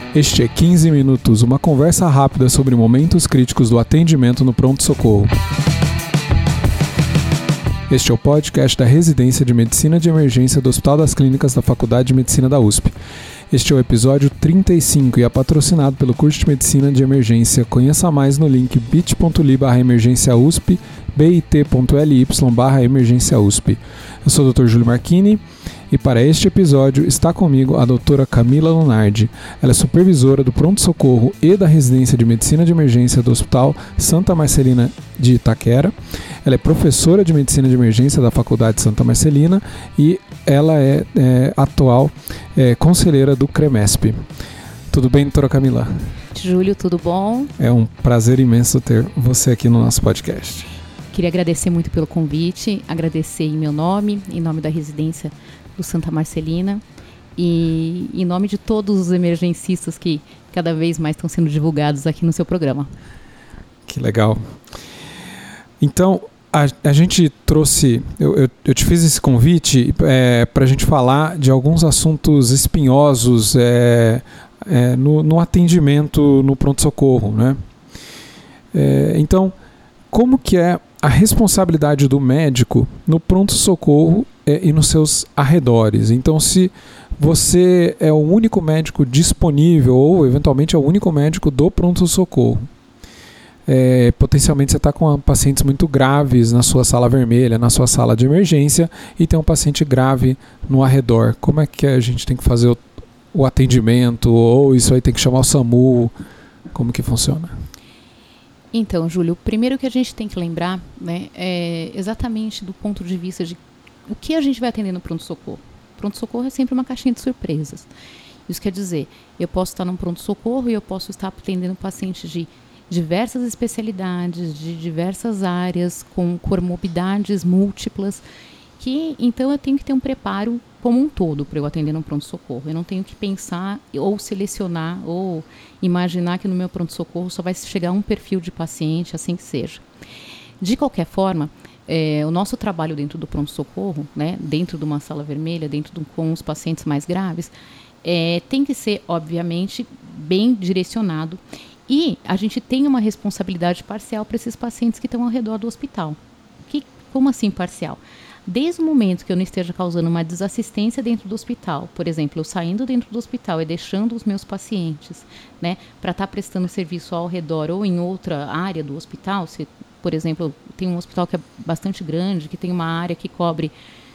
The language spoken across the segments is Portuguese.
Este é 15 Minutos, uma conversa rápida sobre momentos críticos do atendimento no pronto-socorro. Este é o podcast da Residência de Medicina de Emergência do Hospital das Clínicas da Faculdade de Medicina da USP. Este é o episódio 35 e é patrocinado pelo curso de Medicina de Emergência. Conheça mais no link bit.ly/emergênciausp, bit.ly/emergênciausp. Eu sou o Dr. Júlio Marchini e para este episódio está comigo a doutora Camila Lunardi. Ela é supervisora do pronto-socorro e da Residência de Medicina de Emergência do Hospital Santa Marcelina de Itaquera. Ela é professora de Medicina de Emergência da Faculdade Santa Marcelina e ela é atual conselheira do CREMESP. Tudo bem, doutora Camila? Júlio, tudo bom? É um prazer imenso ter você aqui no nosso podcast. Queria agradecer muito pelo convite, agradecer em meu nome, em nome da residência do Santa Marcelina e em nome de todos os emergencistas que cada vez mais estão sendo divulgados aqui no seu programa. Que legal. Então, a gente trouxe, eu te fiz esse convite para a gente falar de alguns assuntos espinhosos no atendimento no pronto-socorro, né? Então, como que é a responsabilidade do médico no pronto-socorro e nos seus arredores? Então, se você é o único médico disponível ou, eventualmente, é o único médico do pronto-socorro, potencialmente você está com pacientes muito graves na sua sala vermelha, na sua sala de emergência, e tem um paciente grave no arredor. Como é que a gente tem que fazer o atendimento? Ou isso aí tem que chamar o SAMU? Como que funciona? Então, Júlio, o primeiro que a gente tem que lembrar, né, é exatamente do ponto de vista de o que a gente vai atender no pronto-socorro. Pronto-socorro é sempre uma caixinha de surpresas. Isso quer dizer, eu posso estar num pronto-socorro e eu posso estar atendendo pacientes de diversas especialidades, de diversas áreas, com comorbidades múltiplas, que então eu tenho que ter um preparo como um todo para eu atender no pronto-socorro. Eu não tenho que pensar ou selecionar ou imaginar que no meu pronto-socorro só vai chegar um perfil de paciente, assim que seja. De qualquer forma, o nosso trabalho dentro do pronto-socorro, né, dentro de uma sala vermelha, com os pacientes mais graves, tem que ser, obviamente, bem direcionado. E a gente tem uma responsabilidade parcial para esses pacientes que estão ao redor do hospital. Como assim parcial? Desde o momento que eu não esteja causando uma desassistência dentro do hospital, por exemplo, eu saindo dentro do hospital e deixando os meus pacientes, né, para estar prestando serviço ao redor ou em outra área do hospital, se, por exemplo, tem um hospital que é bastante grande, que tem uma área que cobre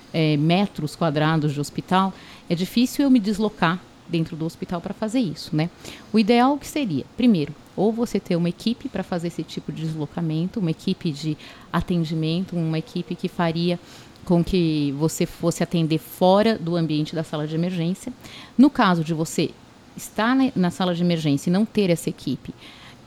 metros quadrados de hospital, é difícil eu me deslocar dentro do hospital para fazer isso, né? O ideal que seria, primeiro, ou você ter uma equipe para fazer esse tipo de deslocamento, uma equipe de atendimento, uma equipe que faria com que você fosse atender fora do ambiente da sala de emergência. No caso de você estar na sala de emergência e não ter essa equipe,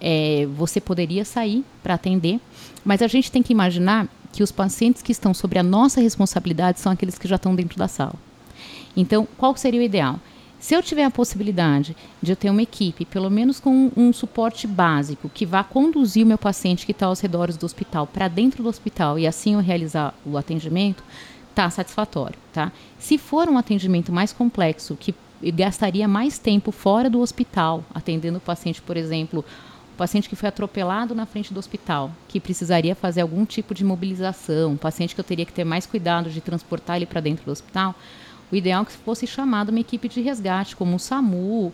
você poderia sair para atender, mas a gente tem que imaginar que os pacientes que estão sob a nossa responsabilidade são aqueles que já estão dentro da sala. Então, qual seria o ideal? Se eu tiver a possibilidade de eu ter uma equipe, pelo menos com um suporte básico, que vá conduzir o meu paciente que está aos redores do hospital para dentro do hospital e assim eu realizar o atendimento, está satisfatório, tá? Se for um atendimento mais complexo, que gastaria mais tempo fora do hospital, atendendo o paciente, por exemplo, o paciente que foi atropelado na frente do hospital, que precisaria fazer algum tipo de mobilização, um paciente que eu teria que ter mais cuidado de transportar ele para dentro do hospital, o ideal é que fosse chamada uma equipe de resgate, como o SAMU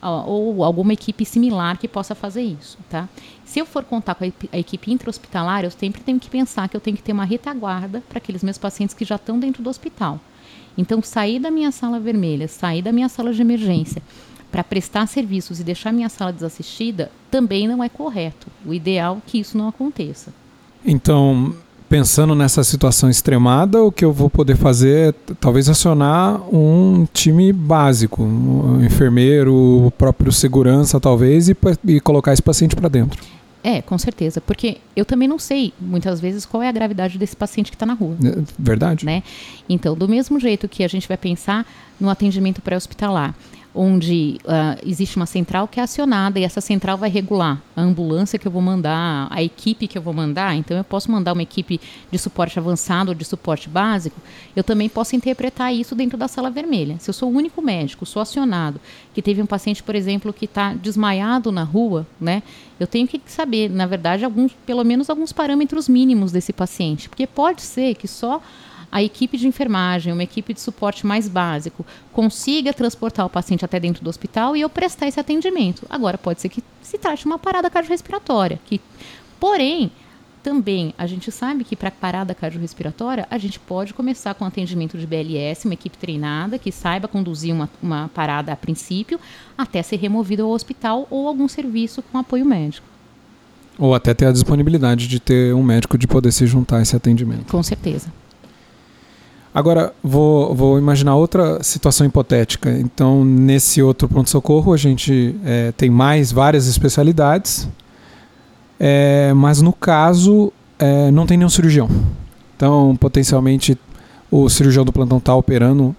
ou alguma equipe similar que possa fazer isso, tá? Se eu for contar com a equipe intra-hospitalar, eu sempre tenho que pensar que eu tenho que ter uma retaguarda para aqueles meus pacientes que já estão dentro do hospital. Então, sair da minha sala vermelha, sair da minha sala de emergência para prestar serviços e deixar minha sala desassistida também não é correto. O ideal é que isso não aconteça. Então, pensando nessa situação extremada, o que eu vou poder fazer é talvez acionar um time básico, um enfermeiro, o próprio segurança talvez, e colocar esse paciente para dentro. Com certeza, porque eu também não sei, muitas vezes, qual é a gravidade desse paciente que está na rua. Verdade. Né? Então, do mesmo jeito que a gente vai pensar no atendimento pré-hospitalar, onde existe uma central que é acionada e essa central vai regular a ambulância que eu vou mandar, a equipe que eu vou mandar. Então, eu posso mandar uma equipe de suporte avançado ou de suporte básico. Eu também posso interpretar isso dentro da sala vermelha. Se eu sou o único médico, sou acionado, que teve um paciente, por exemplo, que está desmaiado na rua, né? Eu tenho que saber, na verdade, pelo menos alguns parâmetros mínimos desse paciente. Porque pode ser que só a equipe de enfermagem, uma equipe de suporte mais básico, consiga transportar o paciente até dentro do hospital e eu prestar esse atendimento. Agora, pode ser que se trate de uma parada cardiorrespiratória. Porém, também a gente sabe que para parada cardiorrespiratória, a gente pode começar com atendimento de BLS, uma equipe treinada que saiba conduzir uma parada a princípio, até ser removido ao hospital ou algum serviço com apoio médico. Ou até ter a disponibilidade de ter um médico de poder se juntar a esse atendimento. Com certeza. Agora, vou imaginar outra situação hipotética. Então, nesse outro pronto-socorro, a gente tem várias especialidades, mas no caso, não tem nenhum cirurgião. Então, potencialmente, o cirurgião do plantão está operando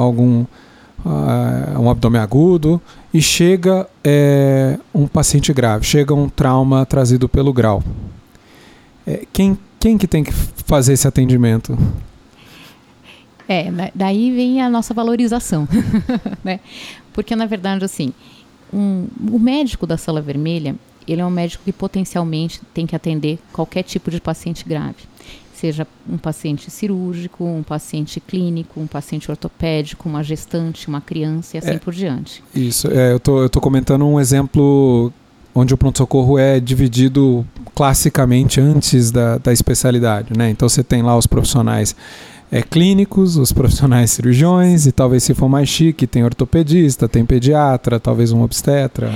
um abdômen agudo e chega um paciente grave, chega um trauma trazido pelo grau. Quem que tem que fazer esse atendimento? Daí vem a nossa valorização, né? Porque, na verdade, assim, o médico da sala vermelha, ele é um médico que potencialmente tem que atender qualquer tipo de paciente grave. Seja um paciente cirúrgico, um paciente clínico, um paciente ortopédico, uma gestante, uma criança e assim por diante. Isso, eu tô comentando um exemplo onde o pronto-socorro é dividido classicamente antes da especialidade, né? Então você tem lá os profissionais clínicos, os profissionais cirurgiões e talvez se for mais chique, tem ortopedista, tem pediatra, talvez um obstetra.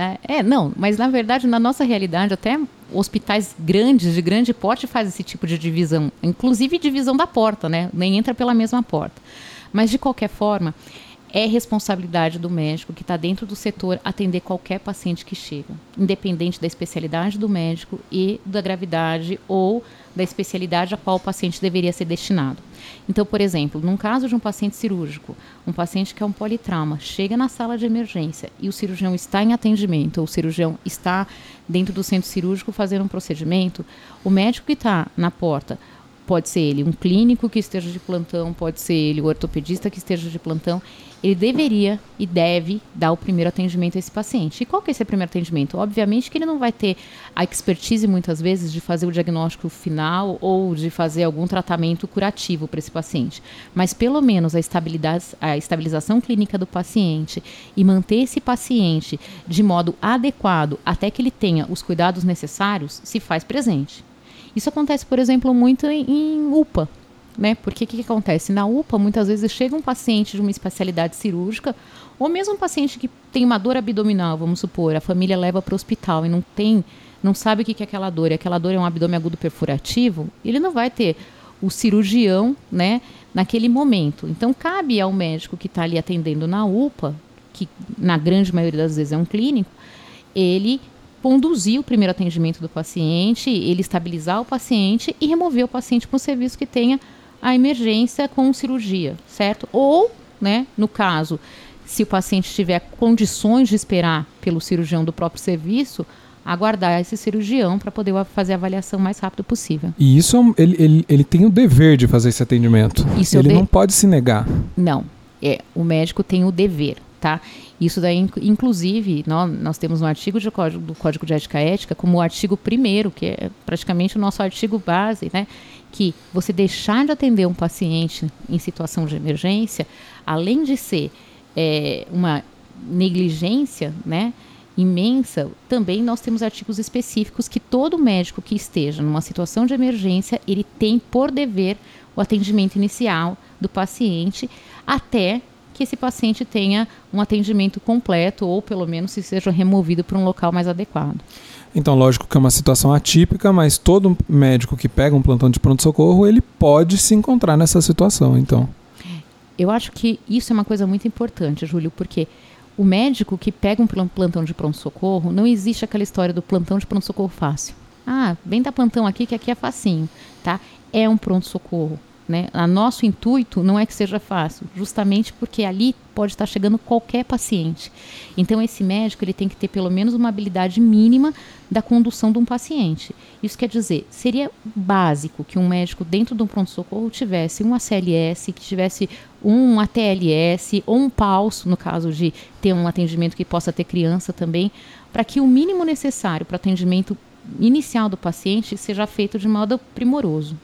Não, mas na verdade na nossa realidade até hospitais grandes, de grande porte fazem esse tipo de divisão, inclusive divisão da porta, né? Nem entra pela mesma porta. Mas de qualquer forma, é responsabilidade do médico que está dentro do setor atender qualquer paciente que chega, independente da especialidade do médico e da gravidade ou da especialidade a qual o paciente deveria ser destinado. Então, por exemplo, num caso de um paciente cirúrgico, um paciente que é um politrauma, chega na sala de emergência e o cirurgião está em atendimento, ou o cirurgião está dentro do centro cirúrgico fazendo um procedimento, o médico que está na porta, pode ser ele um clínico que esteja de plantão, pode ser ele o ortopedista que esteja de plantão, ele deveria e deve dar o primeiro atendimento a esse paciente. E qual que é esse primeiro atendimento? Obviamente que ele não vai ter a expertise muitas vezes de fazer o diagnóstico final ou de fazer algum tratamento curativo para esse paciente, mas pelo menos a estabilização clínica do paciente e manter esse paciente de modo adequado até que ele tenha os cuidados necessários se faz presente. Isso acontece, por exemplo, muito em UPA, né? Porque o que acontece? Na UPA, muitas vezes chega um paciente de uma especialidade cirúrgica, ou mesmo um paciente que tem uma dor abdominal, vamos supor, a família leva para o hospital e não sabe o que é aquela dor, e aquela dor é um abdômen agudo perfurativo, ele não vai ter o cirurgião, né, naquele momento. Então, cabe ao médico que está ali atendendo na UPA, que na grande maioria das vezes é um clínico, ele conduzir o primeiro atendimento do paciente, ele estabilizar o paciente e remover o paciente para um serviço que tenha a emergência com cirurgia, certo? Ou, né, no caso, se o paciente tiver condições de esperar pelo cirurgião do próprio serviço, aguardar esse cirurgião para poder fazer a avaliação o mais rápido possível. E isso, ele tem o dever de fazer esse atendimento. Ele não pode se negar. Não, o médico tem o dever, tá? Isso daí, inclusive, nós temos um artigo do Código de Ética como o artigo 1º, que é praticamente o nosso artigo base, né? Que você deixar de atender um paciente em situação de emergência, além de ser uma negligência, né, imensa, também nós temos artigos específicos que todo médico que esteja numa situação de emergência, ele tem por dever o atendimento inicial do paciente até que esse paciente tenha um atendimento completo ou pelo menos se seja removido para um local mais adequado. Então, lógico que é uma situação atípica, mas todo médico que pega um plantão de pronto-socorro, ele pode se encontrar nessa situação, então. Eu acho que isso é uma coisa muito importante, Júlio, porque o médico que pega um plantão de pronto-socorro, não existe aquela história do plantão de pronto-socorro fácil. Vem dar plantão aqui, que aqui é facinho, tá? É um pronto-socorro. né? O nosso intuito não é que seja fácil, justamente porque ali pode estar chegando qualquer paciente. Então, esse médico ele tem que ter pelo menos uma habilidade mínima da condução de um paciente. Isso quer dizer, seria básico que um médico dentro de um pronto-socorro tivesse um ACLS, que tivesse um ATLS ou um PALS, no caso de ter um atendimento que possa ter criança também, para que o mínimo necessário para o atendimento inicial do paciente seja feito de modo primoroso.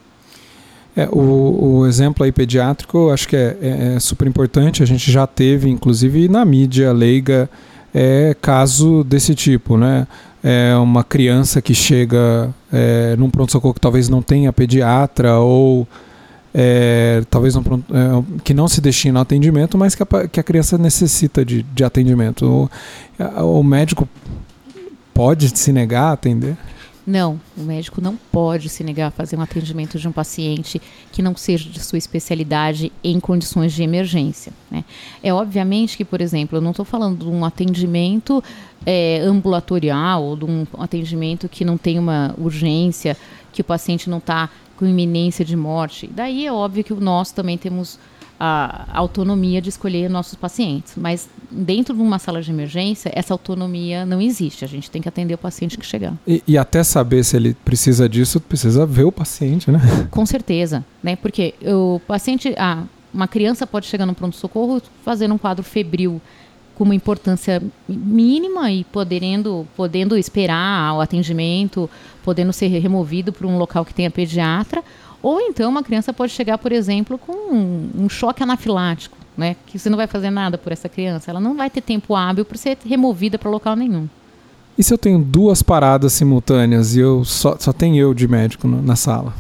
O exemplo aí pediátrico, acho que é super importante. A gente já teve, inclusive na mídia leiga, caso desse tipo, né? Uma criança que chega num pronto-socorro que talvez não tenha pediatra ou talvez que não se destina ao atendimento, mas que a criança necessita de atendimento. O médico pode se negar a atender? Não, o médico não pode se negar a fazer um atendimento de um paciente que não seja de sua especialidade em condições de emergência, né? Obviamente que, por exemplo, eu não estou falando de um atendimento ambulatorial ou de um atendimento que não tem uma urgência, que o paciente não está com iminência de morte. Daí é óbvio que nós também temos a autonomia de escolher nossos pacientes, mas dentro de uma sala de emergência, essa autonomia não existe, a gente tem que atender o paciente que chegar. E até saber se ele precisa disso, precisa ver o paciente, né? Com certeza, né? Porque o paciente, uma criança pode chegar no pronto-socorro fazendo um quadro febril com uma importância mínima e podendo esperar o atendimento, podendo ser removido para um local que tenha pediatra. Ou então uma criança pode chegar, por exemplo, com um choque anafilático, né? Que você não vai fazer nada por essa criança. Ela não vai ter tempo hábil para ser removida para local nenhum. E se eu tenho 2 paradas simultâneas e só tenho eu de médico na sala?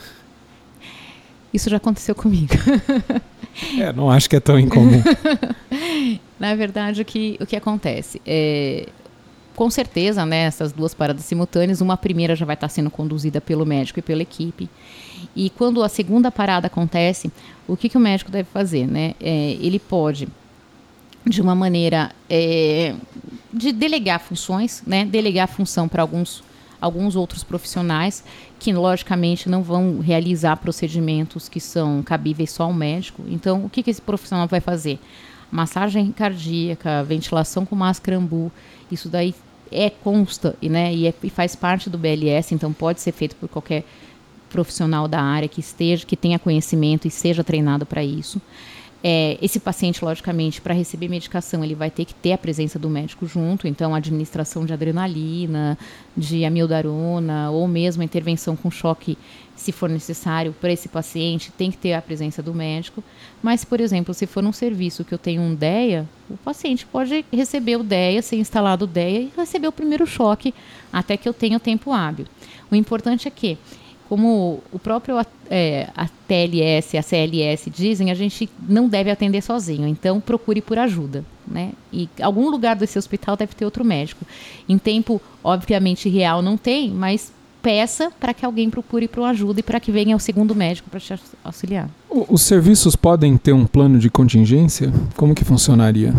Isso já aconteceu comigo. Não acho que é tão incomum. Na verdade, o que acontece? Com certeza, né, essas 2 paradas simultâneas, uma primeira já vai estar sendo conduzida pelo médico e pela equipe. E quando a segunda parada acontece, o que o médico deve fazer, né? Ele pode, de uma maneira de delegar funções, né? Delegar a função para alguns outros profissionais que, logicamente, não vão realizar procedimentos que são cabíveis só ao médico. Então, o que esse profissional vai fazer? Massagem cardíaca, ventilação com máscara ambu, isso daí consta, né, e faz parte do BLS, então pode ser feito por qualquer profissional da área que tenha conhecimento e seja treinado para isso. Esse paciente, logicamente, para receber medicação, ele vai ter que ter a presença do médico junto, então a administração de adrenalina, de amiodarona, ou mesmo a intervenção com choque, se for necessário, para esse paciente, tem que ter a presença do médico. Mas, por exemplo, se for um serviço que eu tenho um DEA, o paciente pode receber o DEA, ser instalado o DEA e receber o primeiro choque até que eu tenha o tempo hábil. O importante é que, como o próprio ATLS e a CLS dizem, a gente não deve atender sozinho, então procure por ajuda, né? E algum lugar desse hospital deve ter outro médico. Em tempo, obviamente, real não tem, mas peça para que alguém procure por ajuda e para que venha o segundo médico para te auxiliar. Os serviços podem ter um plano de contingência? Como que funcionaria?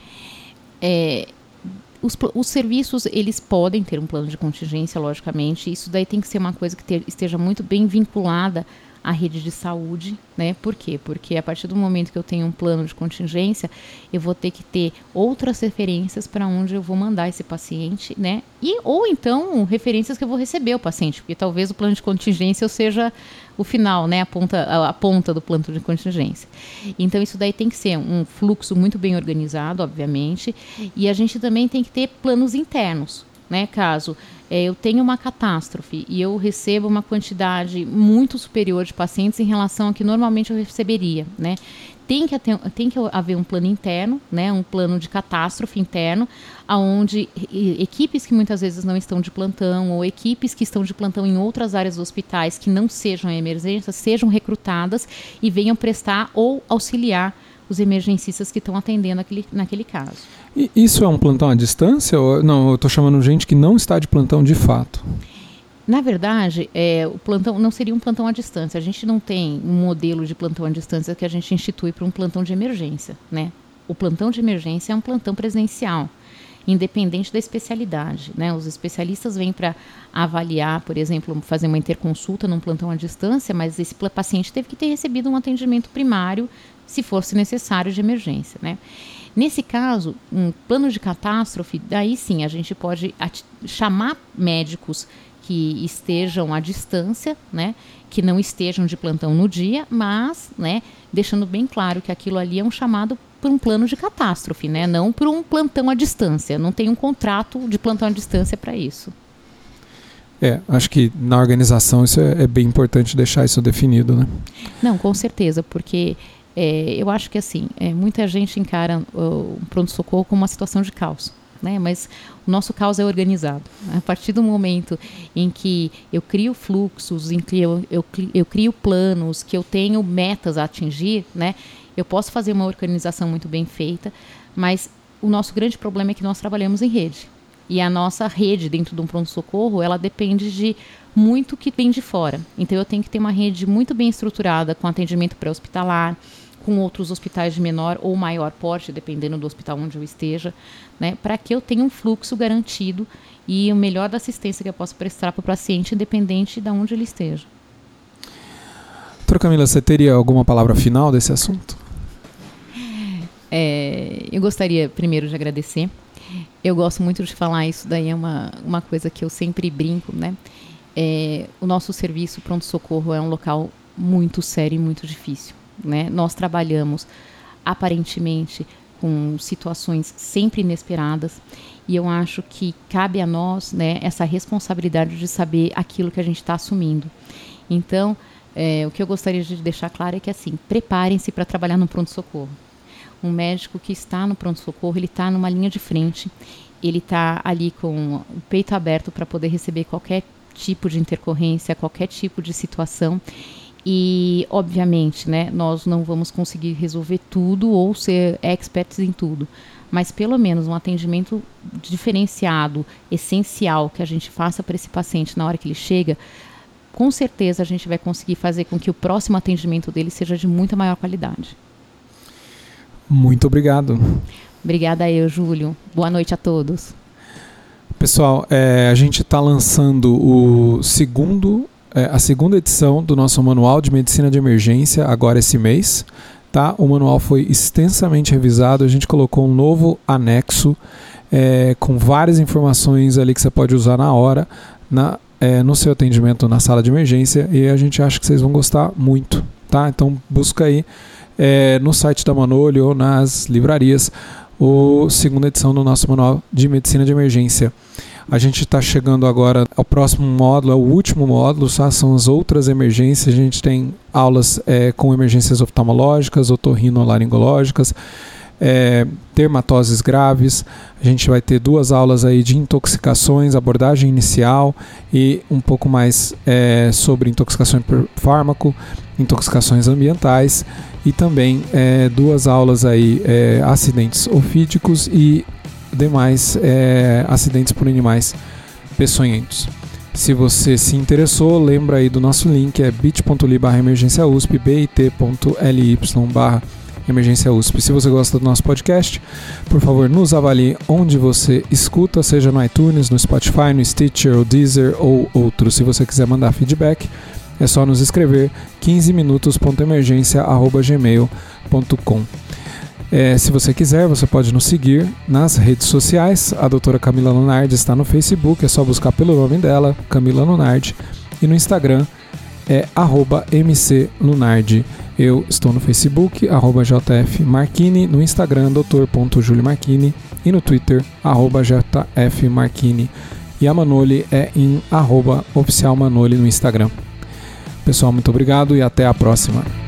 Os serviços, eles podem ter um plano de contingência, logicamente. Isso daí tem que ser uma coisa que esteja muito bem vinculada à rede de saúde, né? Por quê? Porque a partir do momento que eu tenho um plano de contingência, eu vou ter que ter outras referências para onde eu vou mandar esse paciente, né? Ou então referências que eu vou receber o paciente, porque talvez o plano de contingência seja o final, né? A ponta do plano de contingência. Então isso daí tem que ser um fluxo muito bem organizado, obviamente, e a gente também tem que ter planos internos, né? Caso eu tenha uma catástrofe e eu recebo uma quantidade muito superior de pacientes em relação a que normalmente eu receberia, né? Tem que haver um plano interno, né? Um plano de catástrofe interno, onde equipes que muitas vezes não estão de plantão ou equipes que estão de plantão em outras áreas dos hospitais que não sejam emergências, sejam recrutadas e venham prestar ou auxiliar os emergencistas que estão atendendo naquele caso. E isso é um plantão à distância? Ou não, eu estou chamando gente que não está de plantão de fato. Na verdade, o plantão não seria um plantão à distância. A gente não tem um modelo de plantão à distância que a gente institui para um plantão de emergência, né? O plantão de emergência é um plantão presencial. independente da especialidade, né? Os especialistas vêm para avaliar, por exemplo, fazer uma interconsulta num plantão à distância, mas esse paciente teve que ter recebido um atendimento primário, se fosse necessário, de emergência, né? Nesse caso, um plano de catástrofe, daí sim a gente pode chamar médicos que estejam à distância, né, que não estejam de plantão no dia, mas, né, deixando bem claro que aquilo ali é um chamado por um plano de catástrofe, né, não por um plantão à distância. Não tem um contrato de plantão à distância para isso. Acho que na organização isso é bem importante deixar isso definido, né? Não, com certeza, porque eu acho que assim, muita gente encara o pronto-socorro como uma situação de caos. Né? Mas o nosso caos é organizado. A partir do momento em que eu crio fluxos, em que eu crio planos, que eu tenho metas a atingir, né? Eu posso fazer uma organização muito bem feita, mas o nosso grande problema é que nós trabalhamos em rede. E a nossa rede dentro de um pronto-socorro, ela depende de muito que vem de fora. Então eu tenho que ter uma rede muito bem estruturada, com atendimento pré-hospitalar, com outros hospitais de menor ou maior porte, dependendo do hospital onde eu esteja, né, para que eu tenha um fluxo garantido e o melhor da assistência que eu possa prestar para o paciente, independente de onde ele esteja. Doutora Camila, você teria alguma palavra final desse assunto? Eu gostaria primeiro de agradecer. Eu gosto muito de falar, isso daí é uma coisa que eu sempre brinco, né? O nosso serviço pronto-socorro é um local muito sério e muito difícil. Né? Nós trabalhamos aparentemente com situações sempre inesperadas e eu acho que cabe a nós, né, essa responsabilidade de saber aquilo que a gente está assumindo. Então, o que eu gostaria de deixar claro é que assim, preparem-se para trabalhar no pronto-socorro. Um médico que está no pronto-socorro, ele está numa linha de frente, ele está ali com o peito aberto para poder receber qualquer tipo de intercorrência, qualquer tipo de situação. E, obviamente, né, nós não vamos conseguir resolver tudo ou ser experts em tudo, mas pelo menos um atendimento diferenciado, essencial, que a gente faça para esse paciente na hora que ele chega, com certeza a gente vai conseguir fazer com que o próximo atendimento dele seja de muita maior qualidade. Muito obrigado. Obrigada eu, Júlio. Boa noite a todos. Pessoal, a gente está lançando a segunda edição do nosso Manual de Medicina de Emergência, agora esse mês. Tá? O manual foi extensamente revisado, a gente colocou um novo anexo com várias informações ali que você pode usar na hora, no seu atendimento na sala de emergência, e a gente acha que vocês vão gostar muito. Tá? Então busca aí no site da Manolli ou nas livrarias a segunda edição do nosso Manual de Medicina de Emergência. A gente está chegando agora ao próximo módulo, é o último módulo, são as outras emergências. A gente tem aulas com emergências oftalmológicas, otorrinolaringológicas, dermatoses graves. A gente vai ter 2 aulas aí de intoxicações, abordagem inicial e um pouco mais sobre intoxicações por fármaco, intoxicações ambientais e também 2 aulas aí acidentes ofídicos e demais acidentes por animais peçonhentos. Se você se interessou, lembra aí do nosso link, bit.ly/emergênciausp, bit.ly/emergênciausp. Se você gosta do nosso podcast, por favor, nos avalie onde você escuta, seja no iTunes, no Spotify, no Stitcher, ou Deezer ou outros. Se você quiser mandar feedback, é só nos escrever 15minutos.emergência@gmail.com. Se você quiser, você pode nos seguir nas redes sociais. A doutora Camila Lunardi está no Facebook, é só buscar pelo nome dela, Camila Lunardi, e no Instagram é @mclunardi. Eu estou no Facebook, @jfmarchini, no Instagram, dr.juliomarchini, e no Twitter, @jfmarchini. E a Manolli é em @oficialmanolli no Instagram. Pessoal, muito obrigado e até a próxima.